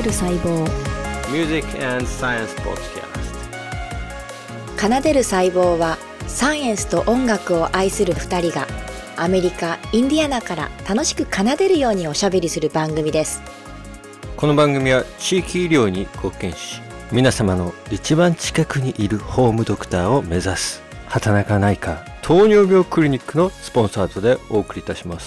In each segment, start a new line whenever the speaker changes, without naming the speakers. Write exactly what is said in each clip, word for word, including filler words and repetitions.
る細胞
Music and Science Podcast。
奏でる細胞はサイエンスと音楽を愛するふたりがアメリカ・インディアナから楽しく奏でるようにおしゃべりする番組です。
この番組は地域医療に貢献し、皆様の一番近くにいるホームドクターを目指す畑中内科糖尿病クリニックのスポンサードでお送りいたします。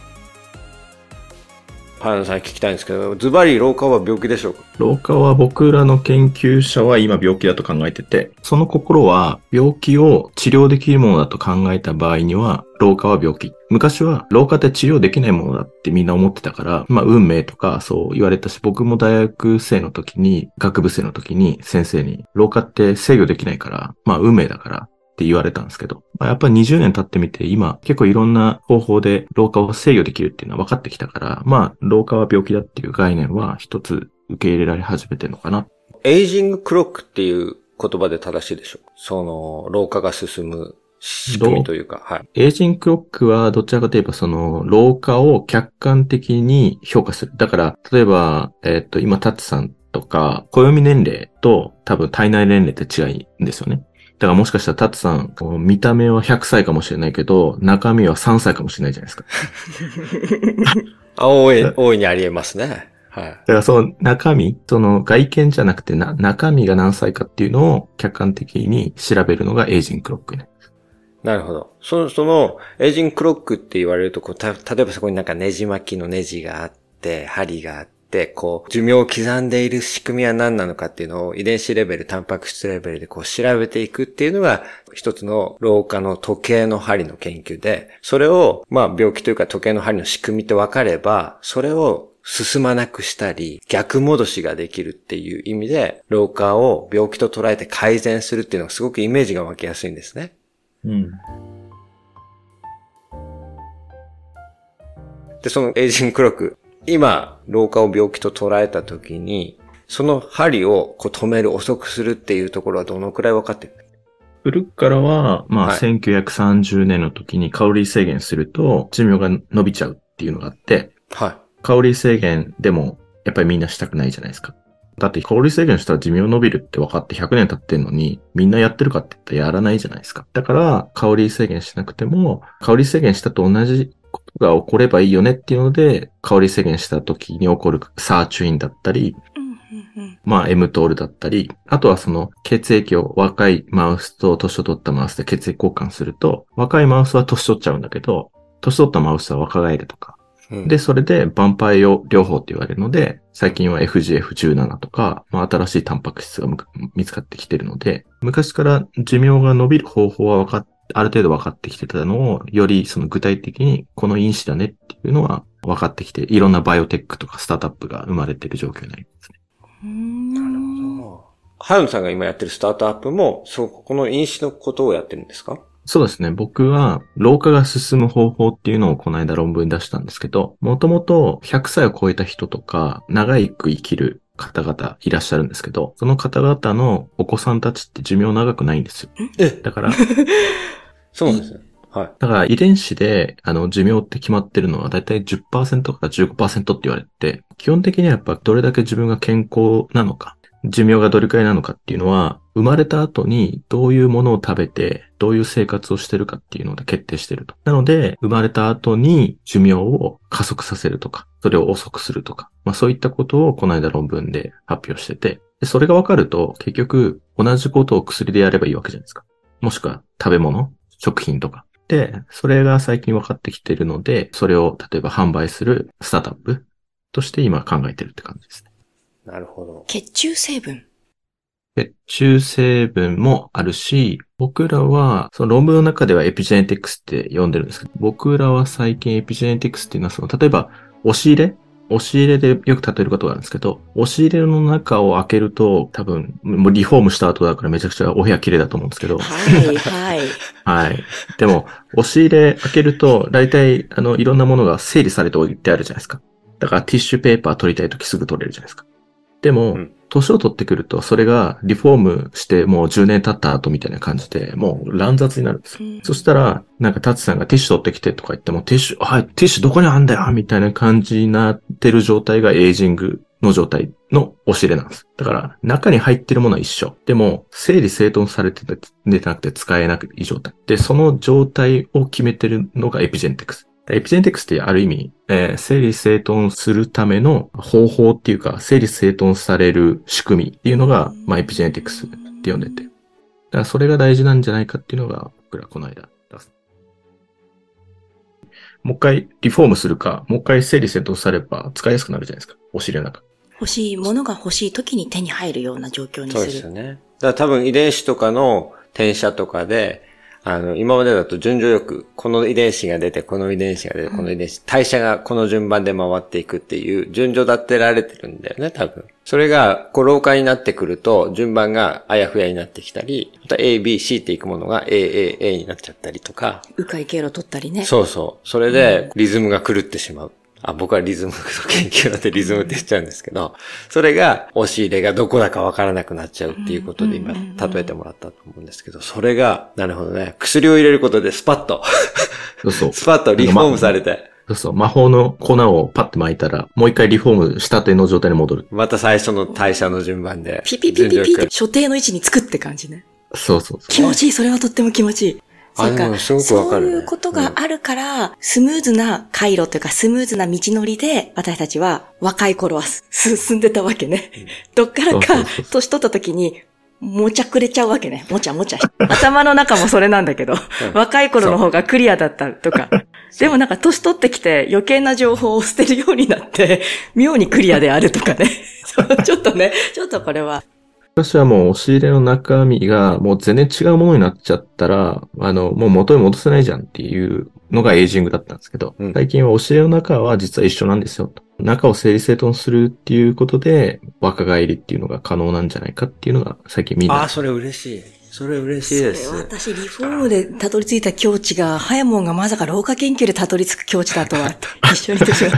原田さん聞きたいんですけど、ズバリ老化は病気でしょうか？
老化は僕らの研究者は今病気だと考えてて、その心は病気を治療できるものだと考えた場合には、老化は病気。昔は老化って治療できないものだってみんな思ってたから、まあ運命とかそう言われたし、僕も大学生の時に、学部生の時に先生に、老化って制御できないから、まあ運命だからって言われたんですけど、まあ、やっぱりにじゅうねん経ってみて今結構いろんな方法で老化を制御できるっていうのは分かってきたから、まあ老化は病気だっていう概念は一つ受け入れられ始めてるのかな。
エイジングクロックっていう言葉で正しいでしょう。その老化が進む仕組みというか、はい。
エイジングクロックはどちらかといえばその老化を客観的に評価する。だから例えばえっと今タッツさんとか暦年齢と多分体内年齢って違いんですよね。だからもしかしたらタツさん、見た目はひゃくさいかもしれないけど、中身はさんさいかもしれないじゃないですか。
あ、大い、大いにあり得ますね。はい。だ
からその中身、その外見じゃなくてな、中身が何歳かっていうのを客観的に調べるのがエイジングクロックね。
なるほど。その、その、エイジングクロックって言われると、こう、た、例えばそこになんかネジ巻きのネジがあって、針があって、で、こう、寿命を刻んでいる仕組みは何なのかっていうのを遺伝子レベル、タンパク質レベルでこう調べていくっていうのが一つの老化の時計の針の研究で、それを、まあ病気というか時計の針の仕組みって分かれば、それを進まなくしたり、逆戻しができるっていう意味で、老化を病気と捉えて改善するっていうのがすごくイメージが湧きやすいんですね。
うん。
で、そのエイジングクロック、今、老化を病気と捉えたときに、その針をこう止める、遅くするっていうところはどのくらい分かってる？
古くからは、まあ、はい、せんきゅうひゃくさんじゅうねんの時にカロリー制限すると寿命が伸びちゃうっていうのがあって、
はい。
カロリー制限でもやっぱりみんなしたくないじゃないですか。だってカロリー制限したら寿命伸びるって分かってひゃくねん経ってんのに、みんなやってるかって言ったらやらないじゃないですか。だから、カロリー制限しなくても、カロリー制限したと同じことが起こればいいよねっていうので、カロリー制限した時に起こるサーチュインだったり、まあ、エムトールだったり、あとはその血液を若いマウスと年を取ったマウスで血液交換すると、若いマウスは年取っちゃうんだけど、年取ったマウスは若返るとか。うん、で、それでヴァンパイオ療法って言われるので、最近は エフジーエフじゅうなな とか、まあ、新しいタンパク質が見つかってきているので、昔から寿命が伸びる方法は分かって、ある程度分かってきてたのを、よりその具体的にこの因子だねっていうのは分かってきて、いろんなバイオテックとかスタートアップが生まれている状況になりますね。
うーん、なるほど。ハヨンさんが今やってるスタートアップも、そう、この因子のことをやってるんですか？
そうですね。僕は、老化が進む方法っていうのをこの間論文に出したんですけど、もともとひゃくさいを超えた人とか、長く生きる方々いらっしゃるんですけど、その方々のお子さんたちって寿命長くないんですよ。
え
だから、
そうなんですね。はい。
だから遺伝子で、あの、寿命って決まってるのはだいたい じゅっパーセント から じゅうごパーセント って言われて、基本的にはやっぱどれだけ自分が健康なのか、寿命がどれくらいなのかっていうのは、生まれた後にどういうものを食べて、どういう生活をしてるかっていうので決定してると。なので、生まれた後に寿命を加速させるとか、それを遅くするとか、まあそういったことをこの間論文で発表してて、でそれが分かると、結局同じことを薬でやればいいわけじゃないですか。もしくは食べ物、食品とか。で、それが最近分かってきているので、それを例えば販売するスタートアップとして今考えてるって感じですね。
なるほど。
血中成分。
血中成分もあるし、僕らは、その論文の中ではエピジェネティクスって呼んでるんですけど、僕らは最近エピジェネティクスっていうのは、その、例えば、押し入れ押し入れでよく例えることがあるんですけど、押し入れの中を開けると、多分、もうリフォームした後だからめちゃくちゃお部屋綺麗だと思うんですけど。
はい、はい。
はい。でも、押し入れ開けると、大体、あの、いろんなものが整理されておいてあるじゃないですか。だからティッシュペーパー取りたいときすぐ取れるじゃないですか。でも、うん年を取ってくると、それがリフォームしてもうじゅうねん経った後みたいな感じで、もう乱雑になるんですよ。うん、そしたら、なんかタツさんがティッシュ取ってきてとか言っても、ティッシュ、はい、ティッシュどこにあんだよみたいな感じになってる状態がエイジングの状態の押し入れなんです。だから、中に入ってるものは一緒。でも、整理整頓されててなくて使えなくていい状態。で、その状態を決めてるのがエピジェネティクス。エピジェネティクスってある意味、えー、整理整頓するための方法っていうか、整理整頓される仕組みっていうのが、まあ、エピジェネティクスって呼んでて。だからそれが大事なんじゃないかっていうのが、僕らこの間。もう一回リフォームするか、もう一回整理整頓されば使いやすくなるじゃないですか。押し入れの中。
欲しいものが欲しい時に手に入るような状況にする。
そうですよね。だから多分遺伝子とかの転写とかで、あの、今までだと順序よく、この遺伝子が出て、この遺伝子が出て、この遺伝子、代謝がこの順番で回っていくっていう順序立てられてるんだよね、多分。それが、こう、老化になってくると、順番があやふやになってきたり、また A、B、C っていくものが A、A、A になっちゃったりとか。
迂回経路取ったりね。
そうそう。それで、リズムが狂ってしまう。あ、僕はリズム研究なんでリズムって言っちゃうんですけど、それが押し入れがどこだかわからなくなっちゃうっていうことで今例えてもらったと思うんですけど、それが、なるほどね、薬を入れることでスパッと、
そうそう。
スパッとリフォームされて。
そうそう。魔法の粉をパッて巻いたら、もう一回リフォームしたての状態に戻る。
また最初の代謝の順番で。
ピピピピピって所定の位置につくって感じね。
そうそうそう。
気持ちいい。それはとっても気持ちいい。そうか、
すごくわかるね。
そういうことがあるから、うん、スムーズな回路というかスムーズな道のりで、私たちは若い頃は進んでたわけね。どっからか、年取った時に、もちゃくれちゃうわけね。もちゃもちゃ。頭の中もそれなんだけど、うん、若い頃の方がクリアだったとか。でもなんか年取ってきて余計な情報を捨てるようになって、妙にクリアであるとかね。ちょっとね、ちょっとこれは。
私はもう押し入れの中身がもう全然違うものになっちゃったら、あの、もう元に戻せないじゃんっていうのがエイジングだったんですけど、うん、最近は押し入れの中は実は一緒なんですよと。中を整理整頓するっていうことで若返りっていうのが可能なんじゃないかっていうのが最近みんな。
ああ、それ嬉しい。それ嬉しいです。
それ私リフォームでたどり着いた境地が、早もんがまさか老化研究でたどり着く境地だとは、一緒に言ってしまう。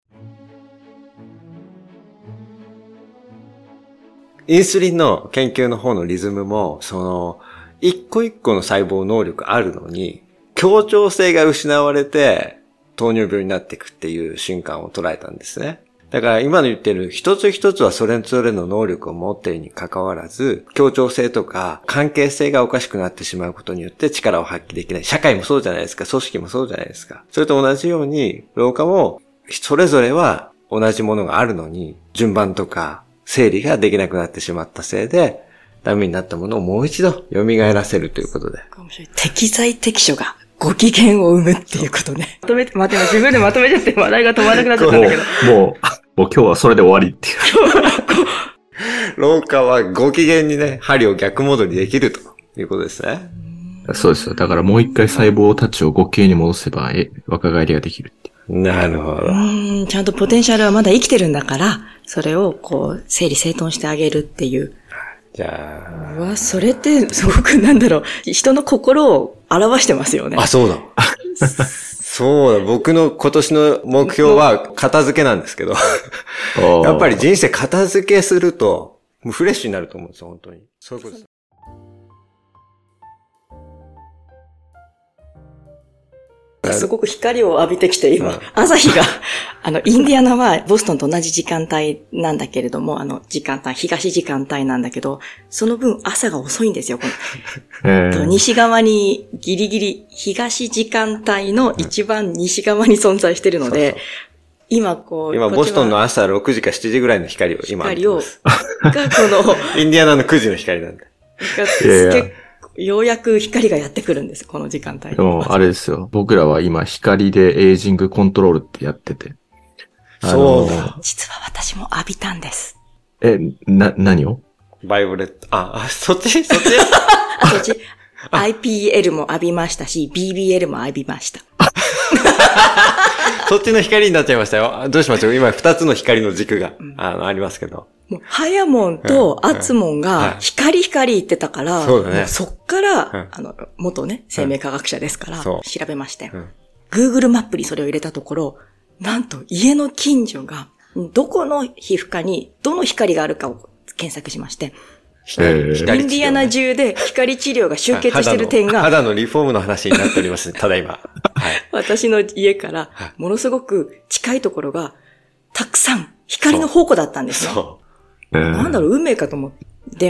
インスリンの研究の方のリズムも、その、一個一個の細胞能力あるのに、協調性が失われて、糖尿病になっていくっていう瞬間を捉えたんですね。だから今の言ってる一つ一つはそれぞれの能力を持っているに関わらず、協調性とか関係性がおかしくなってしまうことによって力を発揮できない。社会もそうじゃないですか。組織もそうじゃないですか。それと同じように、老化もそれぞれは同じものがあるのに、順番とか整理ができなくなってしまったせいで、ダメになったものをもう一度蘇らせるということで。
適材適所がご機嫌を生むっていうことね。まとめて、まとめ、自分でまとめちゃって話題が止まらなくなっちゃったんだけど。
もう、もう、もう今日はそれで終わりっていう。
老化はご機嫌にね、針を逆戻りできるということですね。
そうですよ。だからもう一回細胞たちをご機嫌に戻せば、え、若返りができるって。
なるほど。
うん、ちゃんとポテンシャルはまだ生きてるんだから、それをこう、整理整頓してあげるっていう。
じゃあ。
うわ、それってすごくなんだろう、人の心を表してますよね。
あ、そうだ。そうだ。僕の今年の目標は片付けなんですけど。やっぱり人生片付けすると、もうフレッシュになると思うんですよ、本当に。そういうことです。
すごく光を浴びてきて、今、朝日が、あの、インディアナはボストンと同じ時間帯なんだけれども、あの、時間帯、東時間帯なんだけど、その分朝が遅いんですよ、この。西側にギリギリ、東時間帯の一番西側に存在しているので、そうそう今こう、
今、ボストンの朝ろくじかしちじぐらいの光を今。
光を、がこ
の、インディアナのくじの光なんで。
がようやく光がやってくるんです、この時間帯。
でも、あれですよ。僕らは今、光でエイジングコントロールってやってて。
そうだ。
実は私も浴びたんです。
え、な、何を？
バイブレット。あ、あ、そっちそっち
そっち。アイピーエル も浴びましたし、ビービーエル も浴びました。
そっちの光になっちゃいましたよ。どうしましょう？今、二つの光の軸が、うん、あの、ありますけど。
もう、ハヤモンとアツモンが光光言ってたから、
そうだね。
そっから、うん、あの、元ね、生命科学者ですから、調べまして、うん。Google マップにそれを入れたところ、なんと家の近所が、どこの皮膚科にどの光があるかを検索しまして、インディアナ中で光治療が集結している点が、
肌のリフォームの話になっております、ただいま。はい、
私の家から、ものすごく近いところが、 たくさん光の宝庫だったんですよ。
そ
えー
なんだろう、運命かと思って、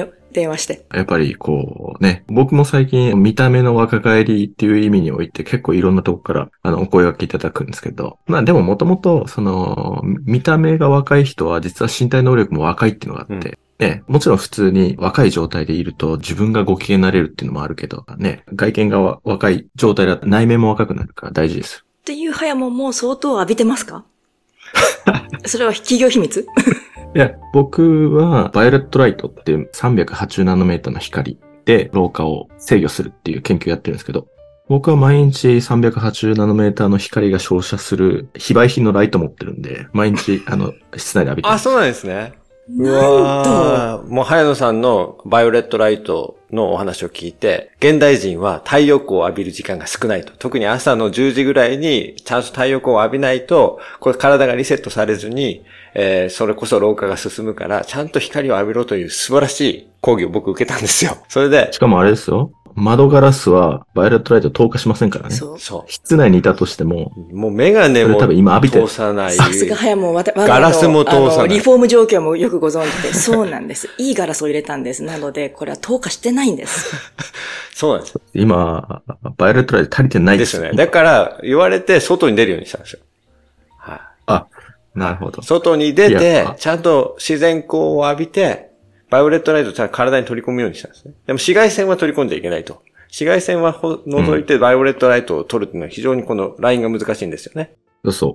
電話して。
やっぱりこうね、僕も最近見た目の若返りっていう意味において結構いろんなとこからあのお声掛けいただくんですけど、まあでももともとその見た目が若い人は実は身体能力も若いっていうのがあって、うんね、もちろん普通に若い状態でいると自分がご機嫌になれるっていうのもあるけどね、外見が若い状態だと内面も若くなるから大事です。
っていう早ももう相当浴びてますか？それは企業秘密？
いや、僕はバイオレットライトっていうさんびゃくはちじゅうナノメーターの光で老化を制御するっていう研究をやってるんですけど、僕は毎日さんびゃくはちじゅうナノメーターの光が照射する非売品のライト持ってるんで、毎日あの室内で浴びてます。
あ、そうなんですね。うわーもう早野さんのバイオレットライトのお話を聞いて、現代人は太陽光を浴びる時間が少ないと。特に朝のじゅうじぐらいにちゃんと太陽光を浴びないと、これ体がリセットされずに、えー、それこそ老化が進むから、ちゃんと光を浴びろという素晴らしい講義を僕受けたんですよ。それで。
しかもあれですよ。窓ガラスはバイオレットライト透過しませんからね。そう。そう。室内にいたとしても。
もうメガネも通さない。
さすが早もうわた、
ガラスも通さない。
リフォーム状況もよくご存知で。そうなんです。いいガラスを入れたんです。なので、これは透過してないんです。
そうなんです。
今、バイオレットライト足りてないです
よね。だから、言われて外に出るようにしたんですよ。
はい、あ、なるほど。
外に出て、ちゃんと自然光を浴びて、バイオレットライトをちゃんと体に取り込むようにしたんですね。でも紫外線は取り込んじゃいけないと。紫外線は除いてバイオレットライトを取るっていうのは非常にこのラインが難しいんですよね。
うん、そう。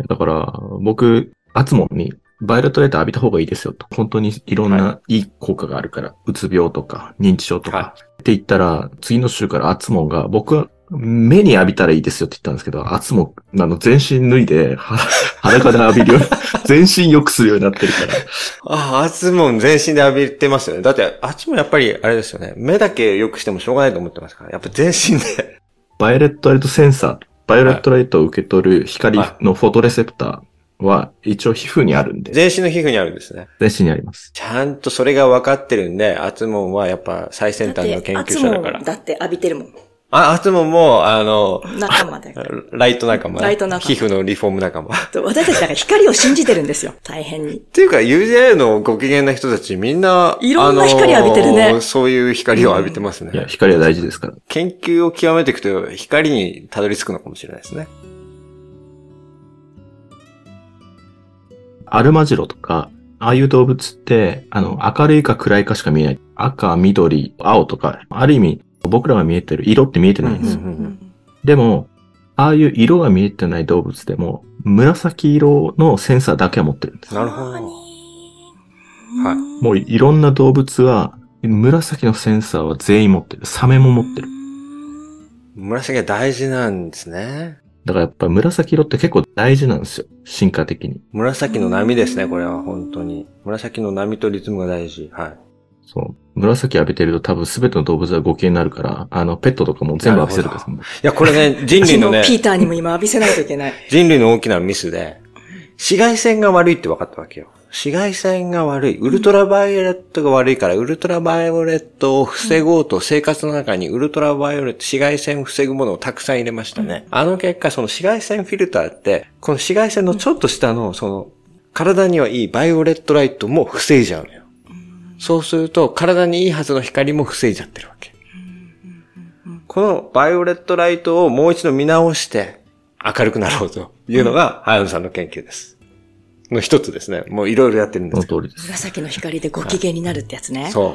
だから、僕、アツモンにバイオレットライト浴びた方がいいですよと。本当にいろんないい効果があるから、はい、うつ病とか認知症とか、はい、って言ったら、次の週からアツモンが僕は目に浴びたらいいですよって言ったんですけど、アツモン、あの、全身脱いで、裸で浴びるように、全身良くするようになってるから。
ああ、アツモン全身で浴びてますよね。だって、アツモンやっぱり、あれですよね。目だけ良くしてもしょうがないと思ってますから。やっぱ全身で。
バイオレットライトセンサー、バイオレットライトを受け取る光のフォトレセプターは、一応皮膚にあるんで。
全身の皮膚にあるんですね。
全身にあります。
ちゃんとそれが分かってるんで、アツモンはやっぱ最先端の研究者だから。
だって浴びてるもん。
あ、アツモンも、あの、
仲間で。
ライト仲間。
ライト仲
間。皮膚のリフォーム仲間。
私たちだから光を信じてるんですよ。大変に。
っていうか、ユージェーエー のご機嫌な人たちみんな、
いろんな光浴びてるね。
そういう光を浴びてますね。
うん、いや、光は大事ですから。
研究を極めていくと、光にたどり着くのかもしれないですね。
アルマジロとか、ああいう動物って、あの、明るいか暗いかしか見えない。赤、緑、青とか、ある意味、僕らが見えてる色って見えてないんですよ。うんうんうん、でも、ああいう色が見えてない動物でも、紫色のセンサーだけは持ってるんです。
なるほど。はい。
もういろんな動物は、紫のセンサーは全員持ってる。サメも持ってる。
紫が大事なんですね。
だからやっぱ紫色って結構大事なんですよ。進化的に。
紫の波ですね、これは本当に。紫の波とリズムが大事。はい。
そう。紫浴びてると多分全ての動物はご機嫌になるから、あの、ペットとかも全部浴びせるんですもん。い
や、これね、人類のね。
ピーターにも今浴びせないといけない。
人類の大きなミスで、紫外線が悪いって分かったわけよ。紫外線が悪い。ウルトラバイオレットが悪いから、ウルトラバイオレットを防ごうと生活の中にウルトラバイオレット、紫外線を防ぐものをたくさん入れましたね。あの結果、その紫外線フィルターって、この紫外線のちょっと下の、その、体にはいいバイオレットライトも防いじゃうのよ。そうすると、体にいいはずの光も防いじゃってるわけ。このバイオレットライトをもう一度見直して、明るくなろうというのが、早野さんの研究です。の一つですね。もういろいろやってるんですけど。
紫の光でご機嫌になるってやつね。
そう。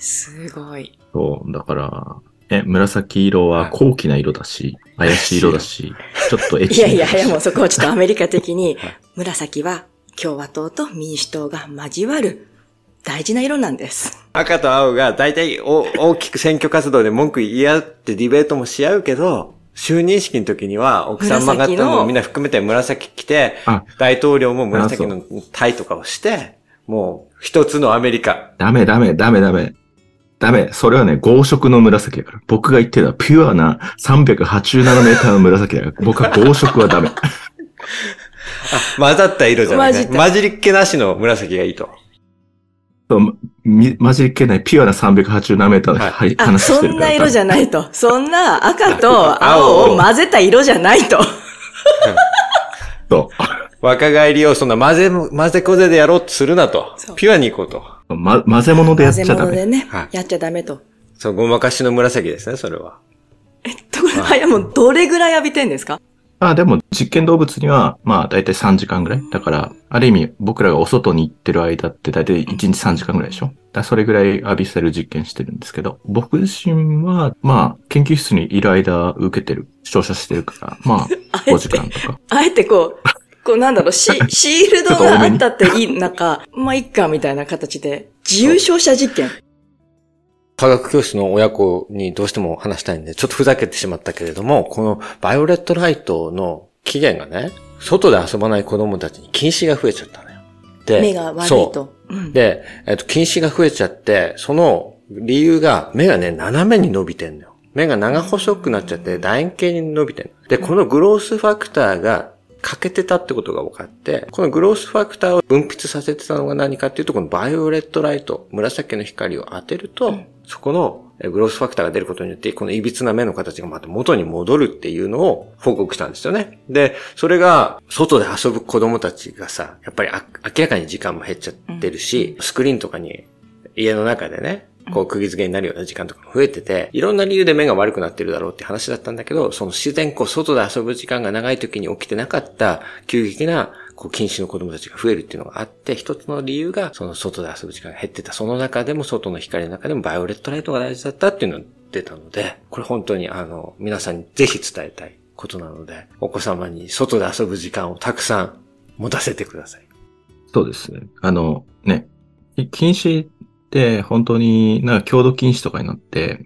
すごい。
そう。だから、え、紫色は高貴な色だし、怪しい色だし、ちょっとエッチな。
いやいやいや、もうそこはちょっとアメリカ的に、紫は共和党と民主党が交わる大事な色なんです。
赤と青が大体大きく選挙活動で文句言い合ってディベートもし合うけど、就任式の時には奥様方もみんな含めて紫着て、大統領も紫のタイとかをして、もう一つのアメリカ。
ダメダメダメダメ。ダメ。それはね、合色の紫だから。僕が言ってたピュアなさんびゃくはちじゅうナノメーターの紫だから。僕は合色はダメ。
あ、混ざった色じゃないね。混じりっ気なしの紫がいいと。
そう、混じりっ気ないピュアなさんびゃくはちじゅうナノメーターの、はい、話してるから。
そんな色じゃないと。そんな赤と青を混ぜた色じゃないと。
そう。
若返りをそんな混ぜ、混ぜこぜでやろうとするなと。ピュアに行こうと。
ま、混ぜ物でやっちゃダメ。
混ぜ物でね、
はい、
やっちゃダメと。
そう、ごまかしの紫ですね、それは。
えっと、これは、いやもうどれぐらい浴びてんですか？
あ、でも実験動物には、まあだいたいさんじかんぐらい。だから、ある意味僕らがお外に行ってる間ってだいたいいちにちさんじかんぐらいでしょ？だからそれぐらい浴びせる実験してるんですけど、僕自身は、まあ研究室にいる間受けてる、照射してるから、まあごじかんとか。
あえてこう、こうなんだろう、シ, シールドがあったっていい中、まあいっかみたいな形で、自由照射実験。
科学教室の親子にどうしても話したいんで、ちょっとふざけてしまったけれども、このバイオレットライトの起源がね、外で遊ばない子供たちに近視が増えちゃったのよ。で、
目が悪いと。
そう、うん、で、えっと、近視が増えちゃって、その理由が目がね、斜めに伸びてんのよ。目が長細くなっちゃって、楕円形に伸びてんの。で、このグロースファクターが欠けてたってことが分かって、このグロースファクターを分泌させてたのが何かっていうと、このバイオレットライト、紫の光を当てると、うん、そこのグロースファクターが出ることによって、この歪な目の形がまた元に戻るっていうのを報告したんですよね。で、それが外で遊ぶ子供たちがさ、やっぱり明らかに時間も減っちゃってるし、スクリーンとかに家の中でね、こう釘付けになるような時間とかも増えてて、いろんな理由で目が悪くなってるだろうって話だったんだけど、その自然こう外で遊ぶ時間が長い時に起きてなかった急激なこう近視の子供たちが増えるっていうのがあって、一つの理由がその外で遊ぶ時間が減ってた。その中でも外の光の中でもバイオレットライトが大事だったっていうのが出たので、これ本当にあの皆さんにぜひ伝えたいことなので、お子様に外で遊ぶ時間をたくさん持たせてください。
そうですね。あのね、近視で、本当になんか強度近視とかになって、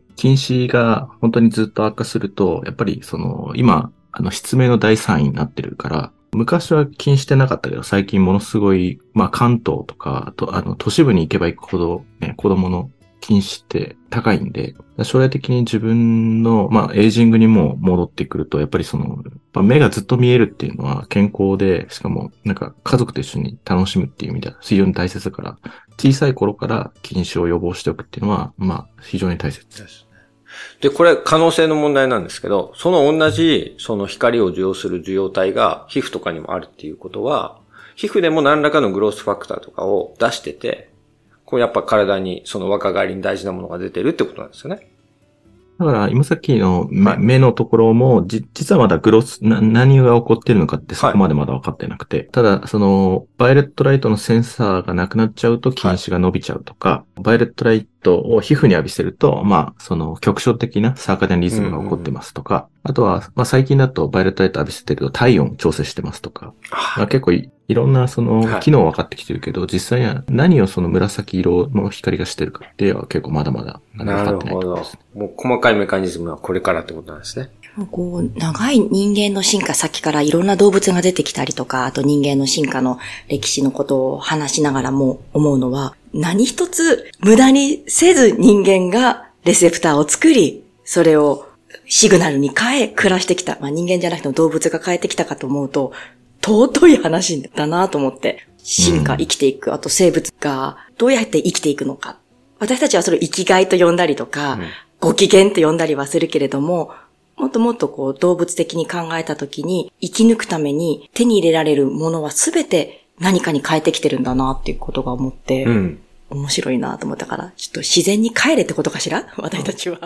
近視が本当にずっと悪化すると、やっぱりその、今、あの、失明のだいさんいになってるから、昔は気にしてなかったけど、最近ものすごい、まあ関東とか、とあの、都市部に行けば行くほど、ね、子供の近視って高いんで、将来的に自分の、まあ、エイジングにも戻ってくると、やっぱりその、やっぱ目がずっと見えるっていうのは健康で、しかも、なんか家族と一緒に楽しむっていう意味では非常に大切だから、小さい頃から近視を予防しておくっていうのは、まあ、非常に大切です。
で、これ可能性の問題なんですけど、その同じ、その光を受容する受容体が皮膚とかにもあるっていうことは、皮膚でも何らかのグロースファクターとかを出してて、こうやっぱ体にその若返りに大事なものが出てるってことなんですよね。
だから今さっきの 目,、はい、目のところもじ実はまだグロスな何が起こってるのかってそこまでまだ分かってなくて、はい、ただそのバイオレットライトのセンサーがなくなっちゃうと近視が伸びちゃうとか、はい、バイオレットライトを皮膚に浴びせるとまあその局所的なサーカディアンリズムが起こってますとか、うんうんうん、あとはまあ最近だとバイオレットライト浴びせてると体温調整してますとか、まあ、結構いいろんなその機能分かってきてるけど、はい、実際には何をその紫色の光がしてるかっていうのは結構まだまだ分かってないところですね。
もう細かいメカニズムはこれからってことなんですね。
こう長い人間の進化先からいろんな動物が出てきたりとか、あと人間の進化の歴史のことを話しながらも思うのは、何一つ無駄にせず人間がレセプターを作り、それをシグナルに変え暮らしてきた。まあ人間じゃなくても動物が変えてきたかと思うと、尊い話だなと思って、進化、生きていく、あと生物がどうやって生きていくのか。私たちはそれを生きがいと呼んだりとか、うん、ご機嫌って呼んだりはするけれども、もっともっとこう動物的に考えたときに、生き抜くために手に入れられるものはすべて何かに変えてきてるんだなっていうことが思って、うん、面白いなと思ったから、ちょっと自然に帰れってことかしら？私たちは。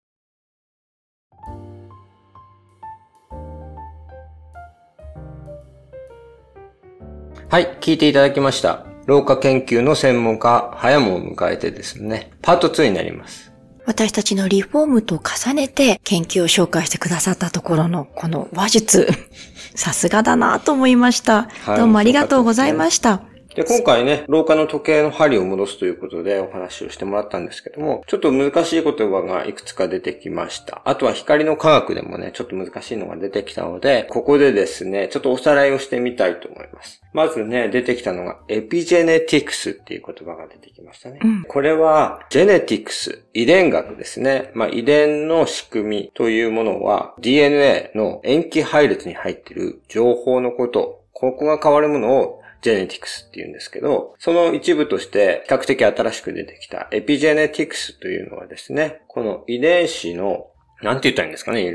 はい、聞いていただきました。老化研究の専門家、早もを迎えてですね、パートツーになります。
私たちのリフォームと重ねて研究を紹介してくださったところのこの話術、さすがだなと思いました。はい、どうもありがとうございました。
で、今回ね、老化の時計の針を戻すということでお話をしてもらったんですけども、ちょっと難しい言葉がいくつか出てきました。あとは光の科学でもね、ちょっと難しいのが出てきたので、ここでですね、ちょっとおさらいをしてみたいと思います。まずね、出てきたのがエピジェネティクスっていう言葉が出てきましたね。うん、これは、ジェネティクス、遺伝学ですね。まあ、遺伝の仕組みというものは、ディーエヌエー の塩基配列に入っている情報のこと、ここが変わるものをジェネティクスって言うんですけど、その一部として比較的新しく出てきたエピジェネティクスというのはですね、この遺伝子の、なんて言ったらいいんですかね、ゆりかさん。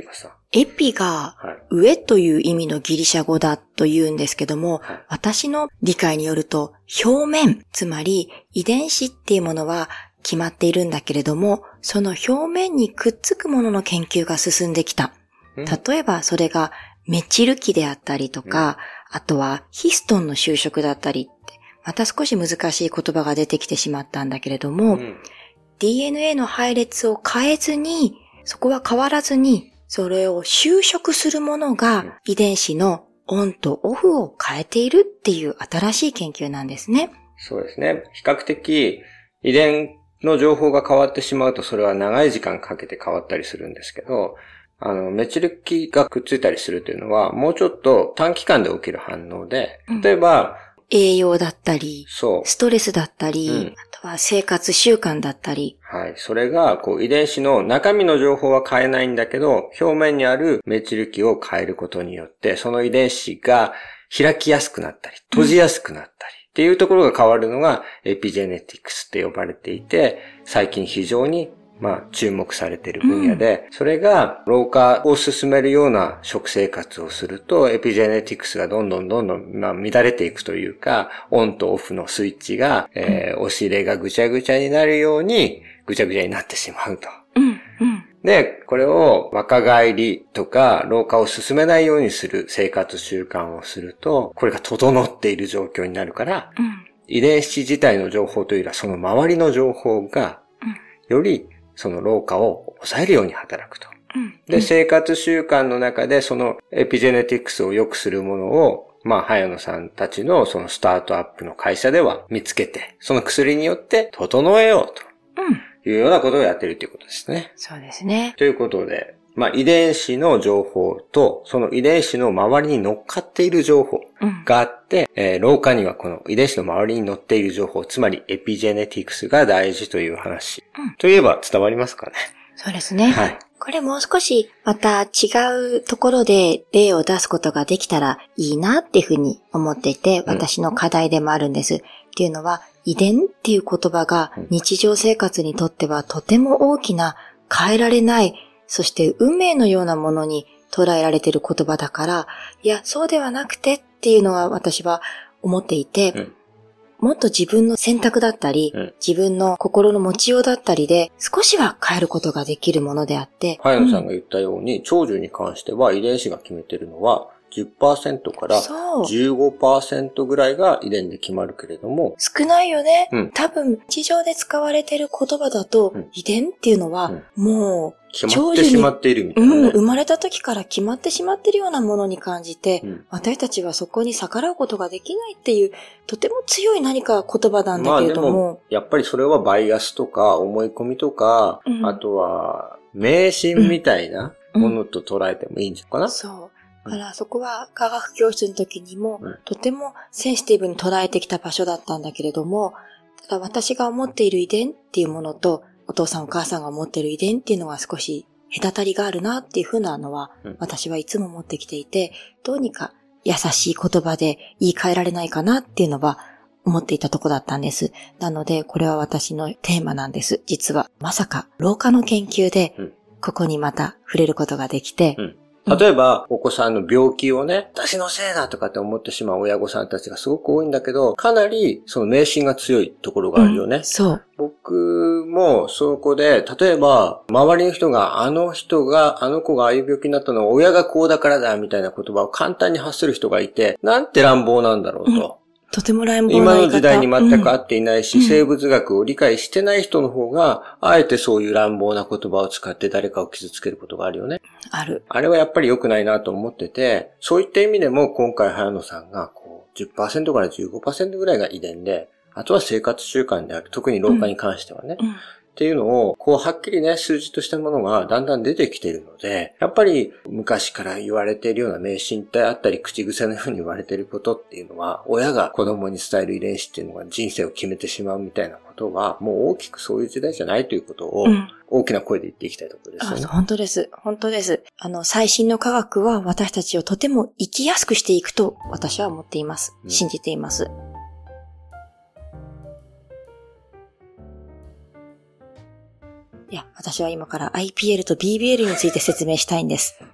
エピが上という意味のギリシャ語だと言うんですけども、はい、私の理解によると表面、つまり遺伝子っていうものは決まっているんだけれども、その表面にくっつくものの研究が進んできた。例えばそれがメチル基であったりとか、うん、あとはヒストンの修飾だったりって、また少し難しい言葉が出てきてしまったんだけれども、うん、ディーエヌエー の配列を変えずに、そこは変わらずに、それを修飾するものが遺伝子のオンとオフを変えているっていう新しい研究なんですね。
そうですね。比較的遺伝の情報が変わってしまうとそれは長い時間かけて変わったりするんですけど、あの、メチル基がくっついたりするというのはもうちょっと短期間で起きる反応で、例えば、うん
栄養だったり、そう。ストレスだったり、うん、あとは生活習慣だったり。
はい。それが、こう、遺伝子の中身の情報は変えないんだけど、表面にあるメチル基を変えることによって、その遺伝子が開きやすくなったり、閉じやすくなったり、うん、っていうところが変わるのが、エピジェネティクスって呼ばれていて、最近非常にまあ、注目されている分野で、うん、それが老化を進めるような食生活をすると、エピジェネティクスがどんどんどんどん、まあ、乱れていくというか、オンとオフのスイッチが、えー、押し入れがぐちゃぐちゃになるように、ぐちゃぐちゃになってしまうと。
うんうん、
で、これを若返りとか、老化を進めないようにする生活習慣をすると、これが整っている状況になるから、うん、遺伝子自体の情報というよりは、その周りの情報が、より、その老化を抑えるように働くと。うん、で、生活習慣の中でそのエピジェネティクスを良くするものを、まあ、早野さんたちのそのスタートアップの会社では見つけて、その薬によって整えようというようなことをやっているということですね。
そうですね。
ということで、まあ、遺伝子の情報と、その遺伝子の周りに乗っかっている情報があって、うんえー、老化にはこの遺伝子の周りに乗っている情報、つまりエピジェネティクスが大事という話。うん、といえば伝わりますかね。
そうですね。はい。これもう少しまた違うところで例を出すことができたらいいなっていうふうに思っていて、私の課題でもあるんです。うん、っていうのは、遺伝っていう言葉が日常生活にとってはとても大きな変えられない、そして運命のようなものに捉えられている言葉だから、いや、そうではなくてっていうのは私は思っていて、うん、もっと自分の選択だったり、うん、自分の心の持ちようだったりで、少しは変えることができるものであって。
早野さんが言ったように、うん、長寿に関しては遺伝子が決めているのは、じゅっパーセント からじゅうごパーセント ぐらいが遺伝で決まるけれども。
少ないよね。うん、多分、日常で使われている言葉だと、うん、遺伝っていうのは、うん、もう、
決まってしまっているみたいな、ね。
うん、生まれた時から決まってしまっているようなものに感じて、うん、私たちはそこに逆らうことができないっていう、とても強い何か言葉なんだけれども。まあでも、
やっぱりそれはバイアスとか、思い込みとか、うん、あとは、迷信みたいなものと捉えてもいいんじゃないかな。
うんうん、そう。だからそこは科学教室の時にも、うん、とてもセンシティブに捉えてきた場所だったんだけれども、ただ私が思っている遺伝っていうものと、お父さんお母さんが持っている遺伝っていうのは少し隔たりがあるなっていうふうなのは、うん、私はいつも持ってきていて、どうにか優しい言葉で言い換えられないかなっていうのは思っていたとこだったんです。なので、これは私のテーマなんです。実は、まさか老化の研究で、ここにまた触れることができて、うん
例えば、お子さんの病気をね、私のせいだとかって思ってしまう親御さんたちがすごく多いんだけど、かなりその迷信が強いところがあるよね。うん、
そう。
僕もそこで、例えば、周りの人があの人が、あの子がああいう病気になったのは親がこうだからだみたいな言葉を簡単に発する人がいて、なんて乱暴なんだろうと。うん
とても乱暴な
今の時代に全く合っていないし、うん、生物学を理解してない人の方が、あえてそういう乱暴な言葉を使って誰かを傷つけることがあるよね。
ある。
あれはやっぱり良くないなと思ってて、そういった意味でも今回早野さんがこう じゅっパーセント から じゅうごパーセント ぐらいが遺伝で、あとは生活習慣である。特に老化に関してはね。うんうんっていうのを、こう、はっきりね、数字としたものがだんだん出てきているので、やっぱり昔から言われているような迷信であったり、口癖のように言われていることっていうのは、親が子供に伝える遺伝子っていうのが人生を決めてしまうみたいなことは、もう大きくそういう時代じゃないということを、大きな声で言っていきたいところですよね。
うん、本当です。本当です。あの、最新の科学は私たちをとても生きやすくしていくと、私は思っています。信じています。うんいや、私は今から アイピーエル と ビービーエル について説明したいんです。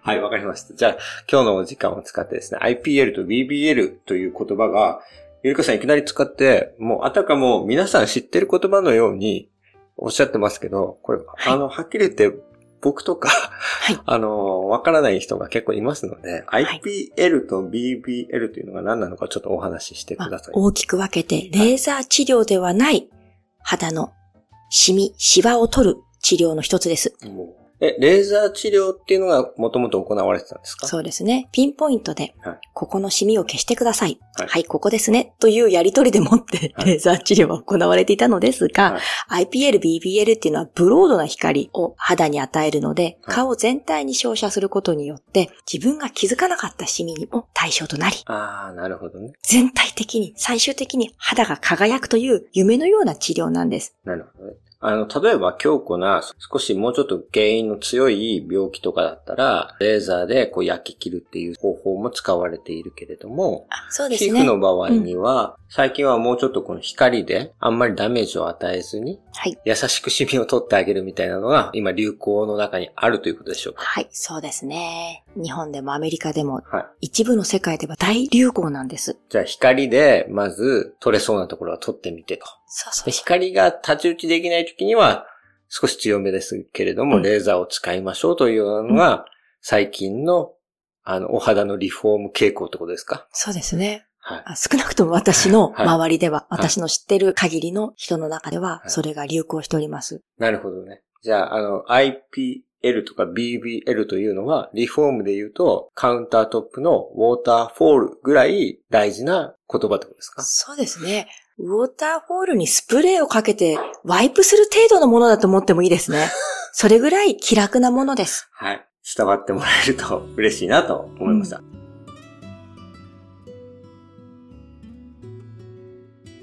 はい、わかりました。じゃあ、今日のお時間を使ってですね、アイピーエル と ビービーエル という言葉が、ゆりかさんいきなり使って、もうあたかも皆さん知ってる言葉のようにおっしゃってますけど、これ、はい、あの、はっきり言って僕とか、はい、あの、わからない人が結構いますので、はい、アイピーエル と ビービーエル というのが何なのかちょっとお話ししてください。
大きく分けて、レーザー治療ではない肌のシミ、シワを取る治療の一つです。
え、レーザー治療っていうのがもともと行われてたんですか？
そうですね。ピンポイントで、はい、ここのシミを消してください。はい、はい、ここですね。というやりとりでもって、はい、レーザー治療は行われていたのですが、はい、アイピーエル、ビービーエル っていうのはブロードな光を肌に与えるので、はい、顔全体に照射することによって、自分が気づかなかったシミにも対象となり、
ああ、なるほどね。
全体的に、最終的に肌が輝くという夢のような治療なんです。
なるほどね。あの、例えば強固な、少しもうちょっと原因の強い病気とかだったら、レーザーでこう焼き切るっていう方法も使われているけれども、
あ、そうですね。
皮膚の場合には、うん、最近はもうちょっとこの光であんまりダメージを与えずに、はい、優しくシミを取ってあげるみたいなのが今流行の中にあるということでしょうか？
はい、そうですね。日本でもアメリカでも、はい、一部の世界では大流行なんです。
じゃあ光でまず取れそうなところは取ってみてと。
そうそうそう。
で、光が太刀打ちできないときには、少し強めですけれども、うん、レーザーを使いましょうというようなのが、最近の、あの、お肌のリフォーム傾向ってことですか？
そうですね。はい、少なくとも私の周りでは、はい、私の知ってる限りの人の中では、それが流行しております。はい、
なるほどね。じゃあ、あの、アイピーエル とか ビービーエル というのは、リフォームで言うと、カウンタートップのウォーターフォールぐらい大事な言葉ってことですか？
そうですね。ウォーターフォールにスプレーをかけてワイプする程度のものだと思ってもいいですね。それぐらい気楽なものです。
はい。伝わってもらえると嬉しいなと思いました。うん、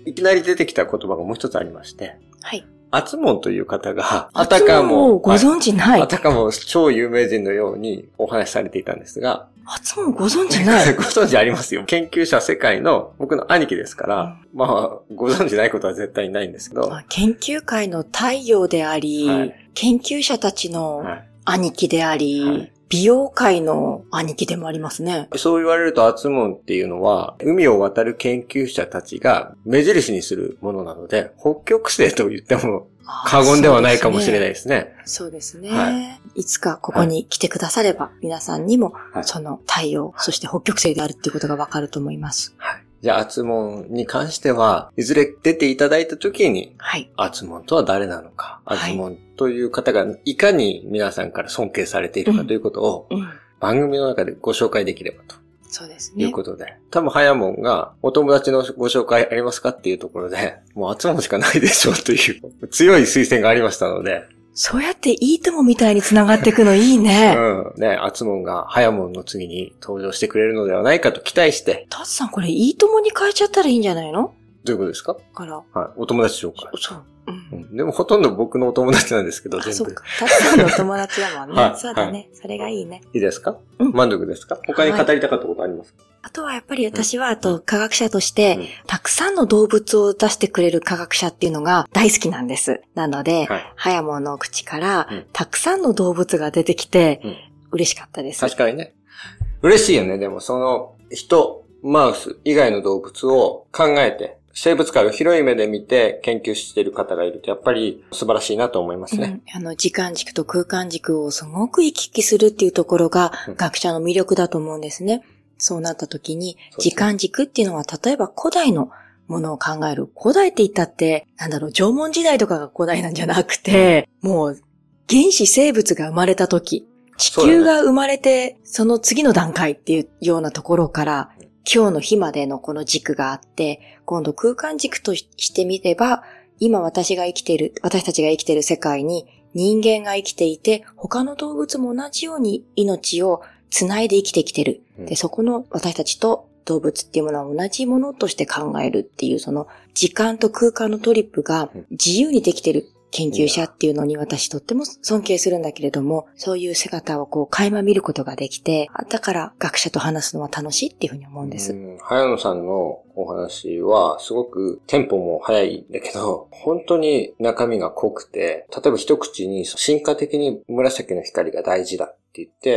いきなり出てきた言葉がもう一つありまして。はい。アツモンという方が、あたかも、
ご存知ない。
あたかも超有名人のようにお話しされていたんですが、
アツモンご存知ない
ご存知ありますよ。研究者世界の僕の兄貴ですから、うん、まあ、ご存知ないことは絶対ないんですけど。まあ、
研究会の太陽であり、はい、研究者たちの兄貴であり、はいはい、美容界の兄貴でもありますね。
そう言われるとアツモンっていうのは、海を渡る研究者たちが目印にするものなので、北極星と言っても過言ではないかもしれないですね。
そうですね。はい、いつかここに来てくだされば、はい、皆さんにもその太陽、はい、そして北極星であるっていうことがわかると思います。
はい。じゃあ、アツモンに関しては、いずれ出ていただいたときに、はい。アツモンとは誰なのか、はい、アツモンという方がいかに皆さんから尊敬されているかということを、うんうん、番組の中でご紹介できればと。
そうですね。
いうことで。多分、ハヤモンが、お友達のご紹介ありますかっていうところで、もうアツモンしかないでしょうという強い推薦がありましたので、
そうやっていいともみたいに繋がっていくのいいね。
うん。ね、アツモンがハヤモンの次に登場してくれるのではないかと期待して。
タツさんこれいいともに変えちゃったらいいんじゃないの？
どういうことですか？
から。
はい。お友達紹介。
そう。うん。
うん、でもほとんど僕のお友達なんですけど、全部。
そうか。タツさんのお友達だもんね。はい、そうだね、はい。それがいいね。
いいですか？うん。満足ですか？他に語りたかったことありますか？はい、
あとはやっぱり私は、あと科学者として、うん、たくさんの動物を出してくれる科学者っていうのが大好きなんです。なので、はい、ハヤモンの口から、うん、たくさんの動物が出てきて、うん、嬉しかったです。
確かにね。嬉しいよね。でもその人、マウス以外の動物を考えて、生物界を広い目で見て研究している方がいるとやっぱり素晴らしいなと思いますね。
うん、あの時間軸と空間軸をすごく行き来するっていうところが学者の魅力だと思うんですね。そうなった時に時間軸っていうのは例えば古代のものを考える。古代って言ったってなんだろう縄文時代とかが古代なんじゃなくて、うん、もう原始生物が生まれた時、地球が生まれてその次の段階っていうようなところから今日の日までのこの軸があって、今度空間軸としてみれば、今私が生きている、私たちが生きている世界に人間が生きていて、他の動物も同じように命をつないで生きてきてる。で、そこの私たちと動物っていうものは同じものとして考えるっていう、その時間と空間のトリップが自由にできてる研究者っていうのに私とっても尊敬するんだけれども、そういう姿をこう垣間見ることができて、だから学者と話すのは楽しいっていうふうに思うんです。うん、
早野さんのお話はすごくテンポも速いんだけど、本当に中身が濃くて、例えば一口に進化的に紫の光が大事だって言って、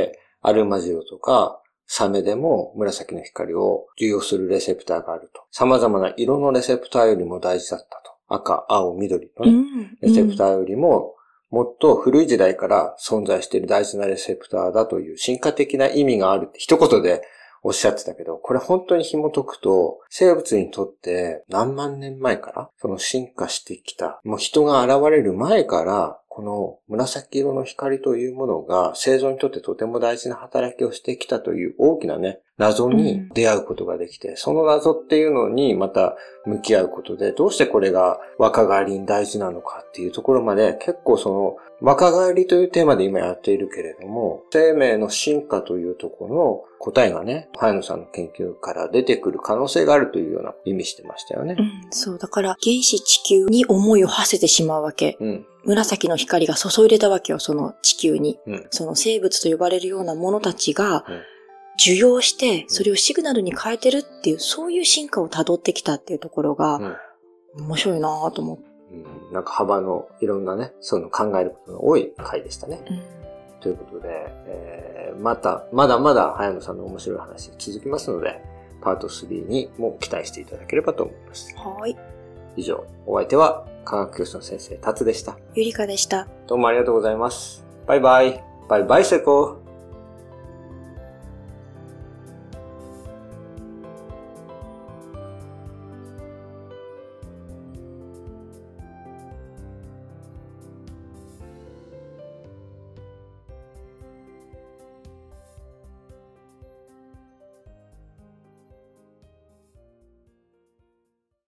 アルマジロとかサメでも紫の光を受容するレセプターがあると。様々な色のレセプターよりも大事だったと。赤、青、緑のね、うん、レセプターよりももっと古い時代から存在している大事なレセプターだという進化的な意味があるって一言でおっしゃってたけど、これ本当に紐解くと、生物にとって何万年前からその進化してきた、もう人が現れる前から、この紫色の光というものが生存にとってとても大事な働きをしてきたという大きなね、謎に出会うことができて、うん、その謎っていうのにまた向き合うことで、どうしてこれが若返りに大事なのかっていうところまで、結構その若返りというテーマで今やっているけれども、生命の進化というところの答えがね、早野さんの研究から出てくる可能性があるというような意味してましたよね。
うん、そう。だから原子地球に思いを馳せてしまうわけ。うん、紫の光が注いでたわけよ、その地球に。うん、その生物と呼ばれるようなものたちが、うん、受容して、それをシグナルに変えてるっていう、そういう進化を辿ってきたっていうところが、うん、面白いなぁと思って。
うん、なんか幅のいろんなね、そういうの考えることの多い回でしたね。うん、ということで、えー、また、まだまだ早野さんの面白い話続きますので、パートスリーにも期待していただければと思います。
はい。
以上、お相手は科学教室の先生、タツでした。
ゆりかでした。
どうもありがとうございます。バイバイ。バイバイセコ。